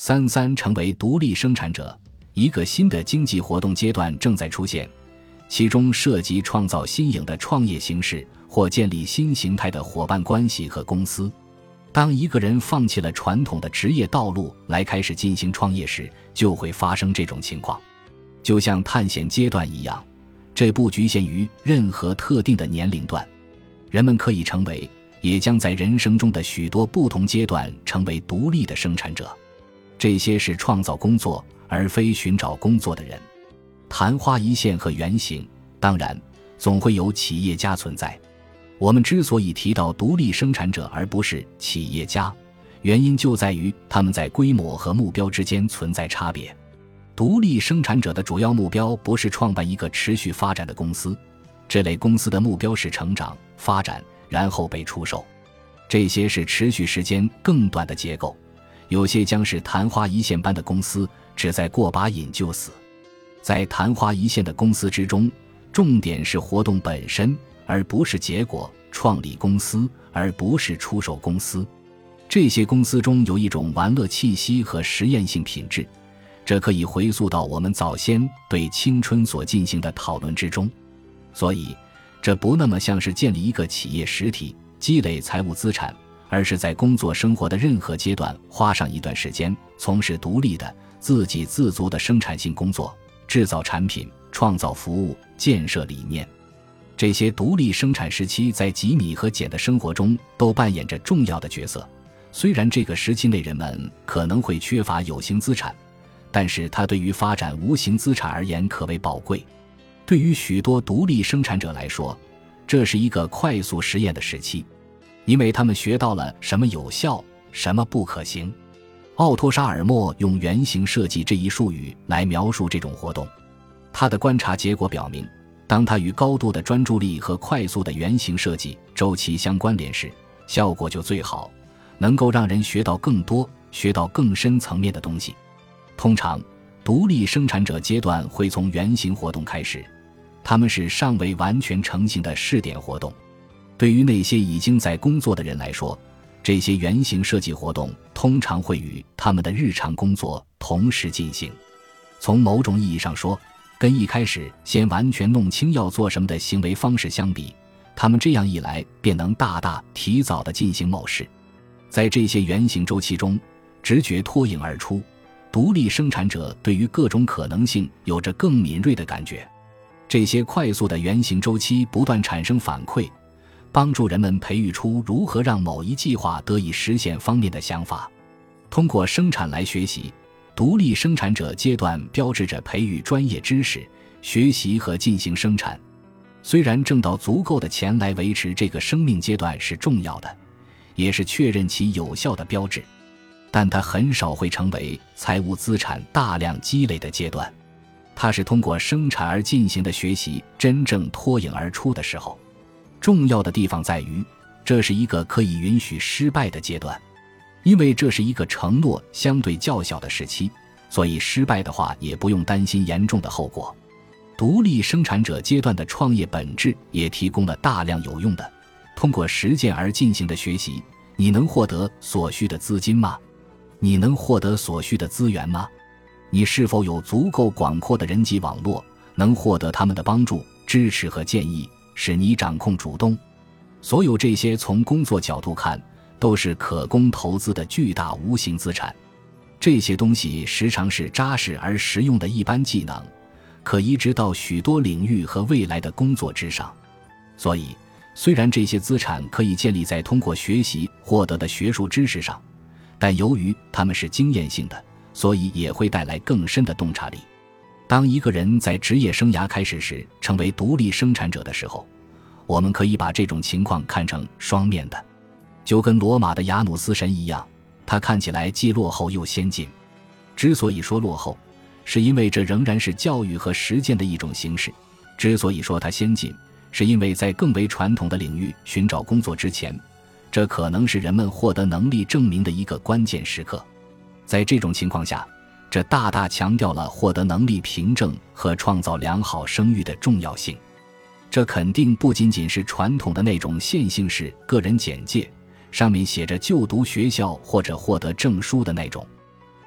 33成为独立生产者，一个新的经济活动阶段正在出现，其中涉及创造新颖的创业形式或建立新形态的伙伴关系和公司。当一个人放弃了传统的职业道路来开始进行创业时，就会发生这种情况。就像探险阶段一样，这不局限于任何特定的年龄段，人们可以成为，也将在人生中的许多不同阶段成为独立的生产者。这些是创造工作而非寻找工作的人。昙花一现和原型，当然总会有企业家存在。我们之所以提到独立生产者而不是企业家，原因就在于他们在规模和目标之间存在差别。独立生产者的主要目标不是创办一个持续发展的公司，这类公司的目标是成长、发展，然后被出售。这些是持续时间更短的结构，有些将是昙花一现般的公司，只在过把瘾就死。在昙花一现的公司之中，重点是活动本身而不是结果，创立公司而不是出售公司。这些公司中有一种玩乐气息和实验性品质，这可以回溯到我们早先对青春所进行的讨论之中。所以这不那么像是建立一个企业实体，积累财务资产，而是在工作生活的任何阶段花上一段时间，从事独立的自给自足的生产性工作，制造产品，创造服务，建设理念。这些独立生产时期在吉米和简的生活中都扮演着重要的角色。虽然这个时期内人们可能会缺乏有形资产，但是它对于发展无形资产而言可谓宝贵。对于许多独立生产者来说，这是一个快速实验的时期，因为他们学到了什么有效，什么不可行。奥托·沙尔默用原型设计这一术语来描述这种活动。他的观察结果表明，当他与高度的专注力和快速的原型设计周期相关联时，效果就最好，能够让人学到更多，学到更深层面的东西。通常独立生产者阶段会从原型活动开始，他们是尚未完全成型的试点活动。对于那些已经在工作的人来说，这些原型设计活动通常会与他们的日常工作同时进行。从某种意义上说，跟一开始先完全弄清要做什么的行为方式相比，他们这样一来便能大大提早地进行某事。在这些原型周期中，直觉脱颖而出，独立生产者对于各种可能性有着更敏锐的感觉。这些快速的原型周期不断产生反馈，帮助人们培育出如何让某一计划得以实现方面的想法。通过生产来学习，独立生产者阶段标志着培育专业知识、学习和进行生产。虽然挣到足够的钱来维持这个生命阶段是重要的，也是确认其有效的标志，但它很少会成为财务资产大量积累的阶段。它是通过生产而进行的学习真正脱颖而出的时候。重要的地方在于，这是一个可以允许失败的阶段。因为这是一个承诺相对较小的时期，所以失败的话也不用担心严重的后果。独立生产者阶段的创业本质也提供了大量有用的通过实践而进行的学习。你能获得所需的资金吗？你能获得所需的资源吗？你是否有足够广阔的人际网络，能获得他们的帮助、支持和建议，使你掌控主动？所有这些从工作角度看都是可供投资的巨大无形资产。这些东西时常是扎实而实用的一般技能，可移植到许多领域和未来的工作之上。所以虽然这些资产可以建立在通过学习获得的学术知识上，但由于它们是经验性的，所以也会带来更深的洞察力。当一个人在职业生涯开始时成为独立生产者的时候，我们可以把这种情况看成双面的。就跟罗马的雅努斯神一样，他看起来既落后又先进。之所以说落后，是因为这仍然是教育和实践的一种形式；之所以说它先进，是因为在更为传统的领域寻找工作之前，这可能是人们获得能力证明的一个关键时刻。在这种情况下，这大大强调了获得能力凭证和创造良好声誉的重要性。这肯定不仅仅是传统的那种线性式个人简介，上面写着就读学校或者获得证书的那种。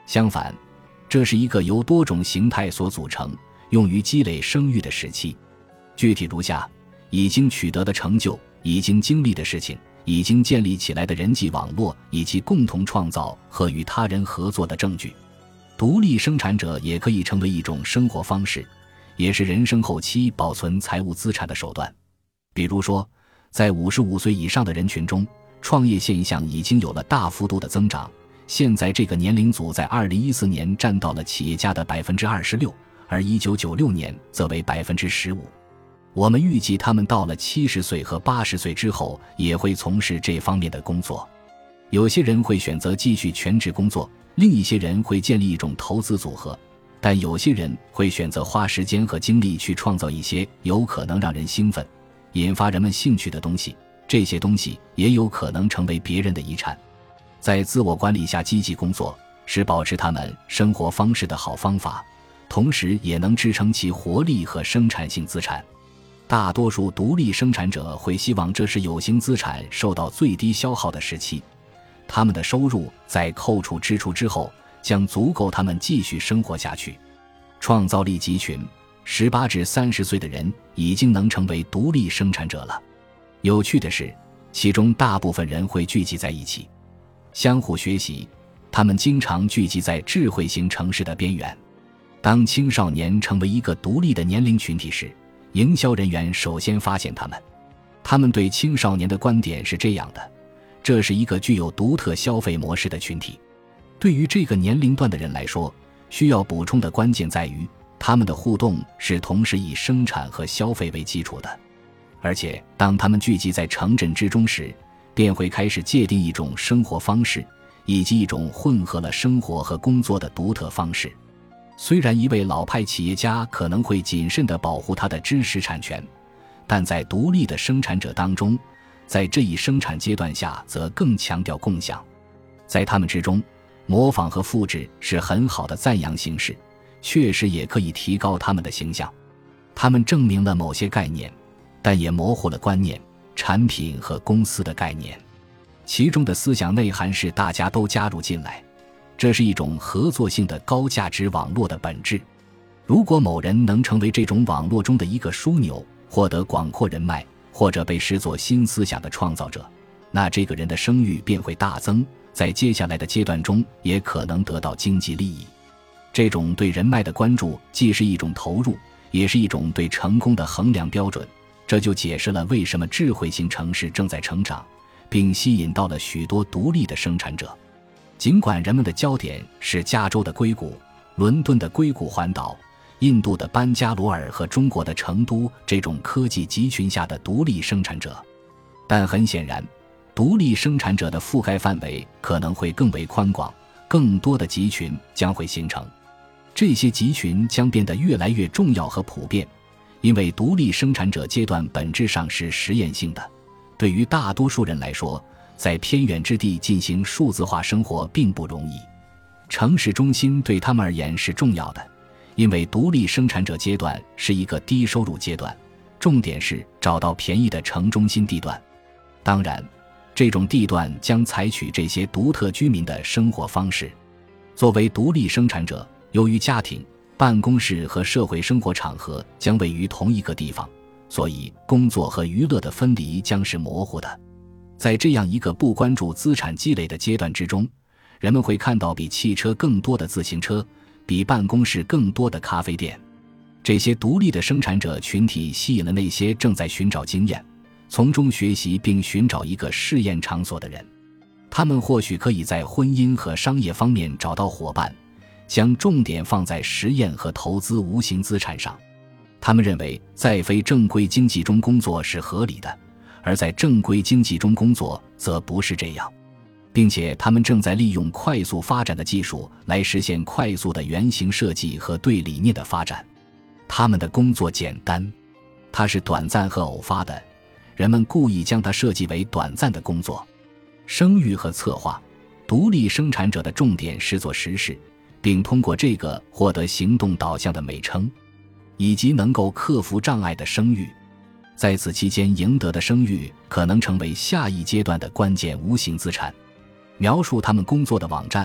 相反，这是一个由多种形态所组成，用于积累声誉的时期。具体如下：已经取得的成就，已经经历的事情，已经建立起来的人际网络，以及共同创造和与他人合作的证据。独立生产者也可以成为一种生活方式，也是人生后期保存财务资产的手段。比如说，在55岁以上的人群中，创业现象已经有了大幅度的增长，现在这个年龄组在2014年占到了企业家的 26%， 而1996年则为 15%。 我们预计他们到了70岁和80岁之后也会从事这方面的工作。有些人会选择继续全职工作，另一些人会建立一种投资组合，但有些人会选择花时间和精力去创造一些有可能让人兴奋、引发人们兴趣的东西，这些东西也有可能成为别人的遗产。在自我管理下积极工作，是保持他们生活方式的好方法，同时也能支撑其活力和生产性资产。大多数独立生产者会希望这是有形资产受到最低消耗的时期，他们的收入在扣除支出之后将足够他们继续生活下去。创造力集群18至30岁的人已经能成为独立生产者了。有趣的是，其中大部分人会聚集在一起，相互学习，他们经常聚集在智慧型城市的边缘。当青少年成为一个独立的年龄群体时，营销人员首先发现他们。他们对青少年的观点是这样的：这是一个具有独特消费模式的群体。对于这个年龄段的人来说，需要补充的关键在于，他们的互动是同时以生产和消费为基础的。而且当他们聚集在城镇之中时，便会开始界定一种生活方式，以及一种混合了生活和工作的独特方式。虽然一位老派企业家可能会谨慎地保护他的知识产权，但在独立的生产者当中，在这一生产阶段下则更强调共享。在他们之中，模仿和复制是很好的赞扬形式，确实也可以提高他们的形象。他们证明了某些概念，但也模糊了观念、产品和公司的概念。其中的思想内涵是大家都加入进来，这是一种合作性的高价值网络的本质。如果某人能成为这种网络中的一个枢纽，获得广阔人脉，或者被视作新思想的创造者，那这个人的声誉便会大增，在接下来的阶段中也可能得到经济利益。这种对人脉的关注既是一种投入，也是一种对成功的衡量标准，这就解释了为什么智慧型城市正在成长，并吸引到了许多独立的生产者。尽管人们的焦点是加州的硅谷、伦敦的硅谷环岛、印度的班加罗尔和中国的成都这种科技集群下的独立生产者，但很显然，独立生产者的覆盖范围可能会更为宽广，更多的集群将会形成。这些集群将变得越来越重要和普遍，因为独立生产者阶段本质上是实验性的。对于大多数人来说，在偏远之地进行数字化生活并不容易。城市中心对他们而言是重要的，因为独立生产者阶段是一个低收入阶段，重点是找到便宜的城中心地段。当然，这种地段将采取这些独特居民的生活方式。作为独立生产者，由于家庭、办公室和社会生活场合将位于同一个地方，所以工作和娱乐的分离将是模糊的。在这样一个不关注资产积累的阶段之中，人们会看到比汽车更多的自行车，比办公室更多的咖啡店。这些独立的生产者群体吸引了那些正在寻找经验，从中学习并寻找一个试验场所的人。他们或许可以在婚姻和商业方面找到伙伴，将重点放在实验和投资无形资产上。他们认为在非正规经济中工作是合理的，而在正规经济中工作则不是这样，并且他们正在利用快速发展的技术来实现快速的原型设计和对理念的发展。他们的工作简单，它是短暂和偶发的，人们故意将它设计为短暂的工作。声誉和策划，独立生产者的重点是做实事，并通过这个获得行动导向的美称，以及能够克服障碍的声誉。在此期间赢得的声誉可能成为下一阶段的关键无形资产。描述他们工作的网站，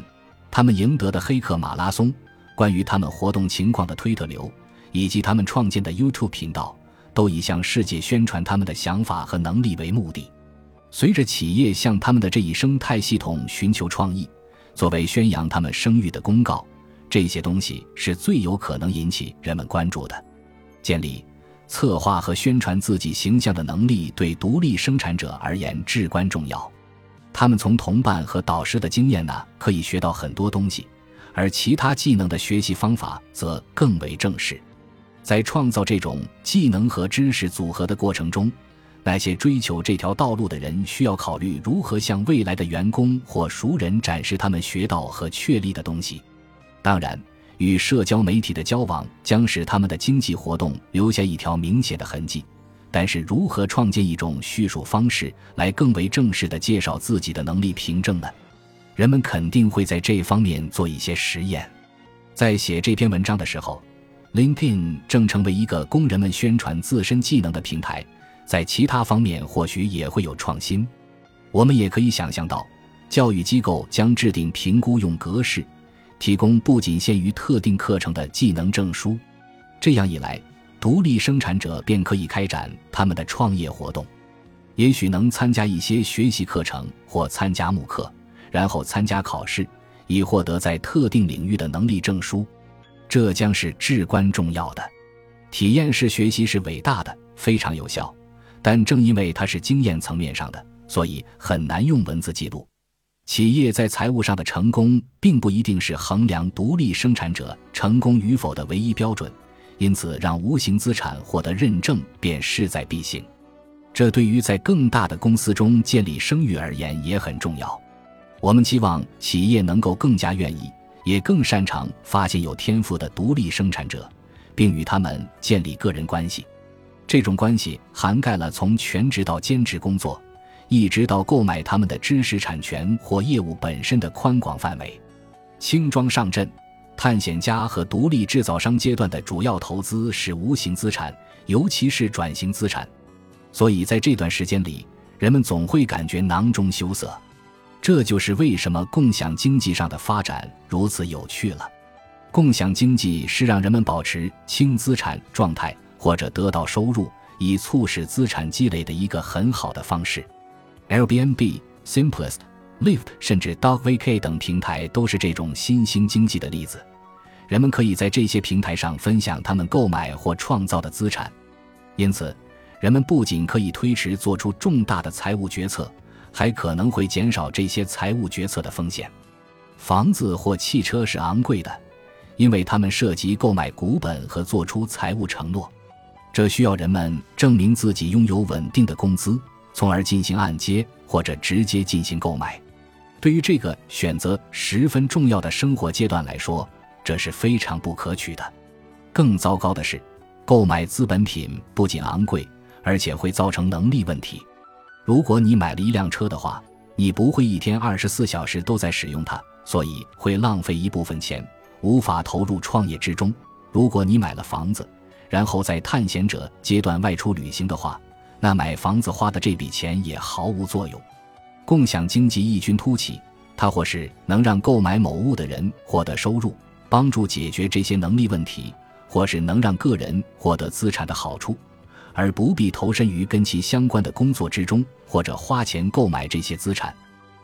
他们赢得的黑客马拉松，关于他们活动情况的推特流，以及他们创建的 YouTube 频道，都以向世界宣传他们的想法和能力为目的。随着企业向他们的这一生态系统寻求创意，作为宣扬他们声誉的公告，这些东西是最有可能引起人们关注的。建立、策划和宣传自己形象的能力对独立生产者而言至关重要。他们从同伴和导师的经验可以学到很多东西，而其他技能的学习方法则更为正式。在创造这种技能和知识组合的过程中，那些追求这条道路的人需要考虑如何向未来的员工或熟人展示他们学到和确立的东西。当然，与社交媒体的交往将使他们的经济活动留下一条明显的痕迹，但是如何创建一种叙述方式来更为正式地介绍自己的能力凭证呢？人们肯定会在这方面做一些实验。在写这篇文章的时候， LinkedIn 正成为一个供人们宣传自身技能的平台，在其他方面或许也会有创新。我们也可以想象到，教育机构将制定评估用格式，提供不仅限于特定课程的技能证书。这样一来，独立生产者便可以开展他们的创业活动，也许能参加一些学习课程或参加慕课，然后参加考试，以获得在特定领域的能力证书。这将是至关重要的。体验式学习是伟大的，非常有效，但正因为它是经验层面上的，所以很难用文字记录。企业在财务上的成功并不一定是衡量独立生产者成功与否的唯一标准，因此让无形资产获得认证便势在必行。这对于在更大的公司中建立声誉而言也很重要。我们期望企业能够更加愿意，也更擅长发现有天赋的独立生产者，并与他们建立个人关系。这种关系涵盖了从全职到兼职工作，一直到购买他们的知识产权或业务本身的宽广范围。轻装上阵，探险家和独立制造商阶段的主要投资是无形资产，尤其是转型资产。所以在这段时间里，人们总会感觉囊中羞涩。这就是为什么共享经济上的发展如此有趣了。共享经济是让人们保持轻资产状态或者得到收入，以促使资产积累的一个很好的方式。Airbnb、Simplest、Lyft 甚至 DogVK 等平台都是这种新兴经济的例子。人们可以在这些平台上分享他们购买或创造的资产，因此人们不仅可以推迟做出重大的财务决策，还可能会减少这些财务决策的风险。房子或汽车是昂贵的，因为它们涉及购买股本和做出财务承诺，这需要人们证明自己拥有稳定的工资，从而进行按揭或者直接进行购买。对于这个选择十分重要的生活阶段来说，这是非常不可取的。更糟糕的是，购买资本品不仅昂贵，而且会造成能力问题。如果你买了一辆车的话，你不会一天24小时都在使用它，所以会浪费一部分钱，无法投入创业之中。如果你买了房子，然后在探险者阶段外出旅行的话，那买房子花的这笔钱也毫无作用。共享经济异军突起，它或是能让购买某物的人获得收入，帮助解决这些能力问题，或是能让个人获得资产的好处，而不必投身于跟其相关的工作之中，或者花钱购买这些资产。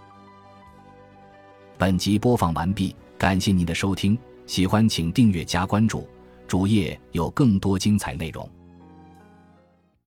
本集播放完毕，感谢您的收听，喜欢请订阅加关注，主页有更多精彩内容。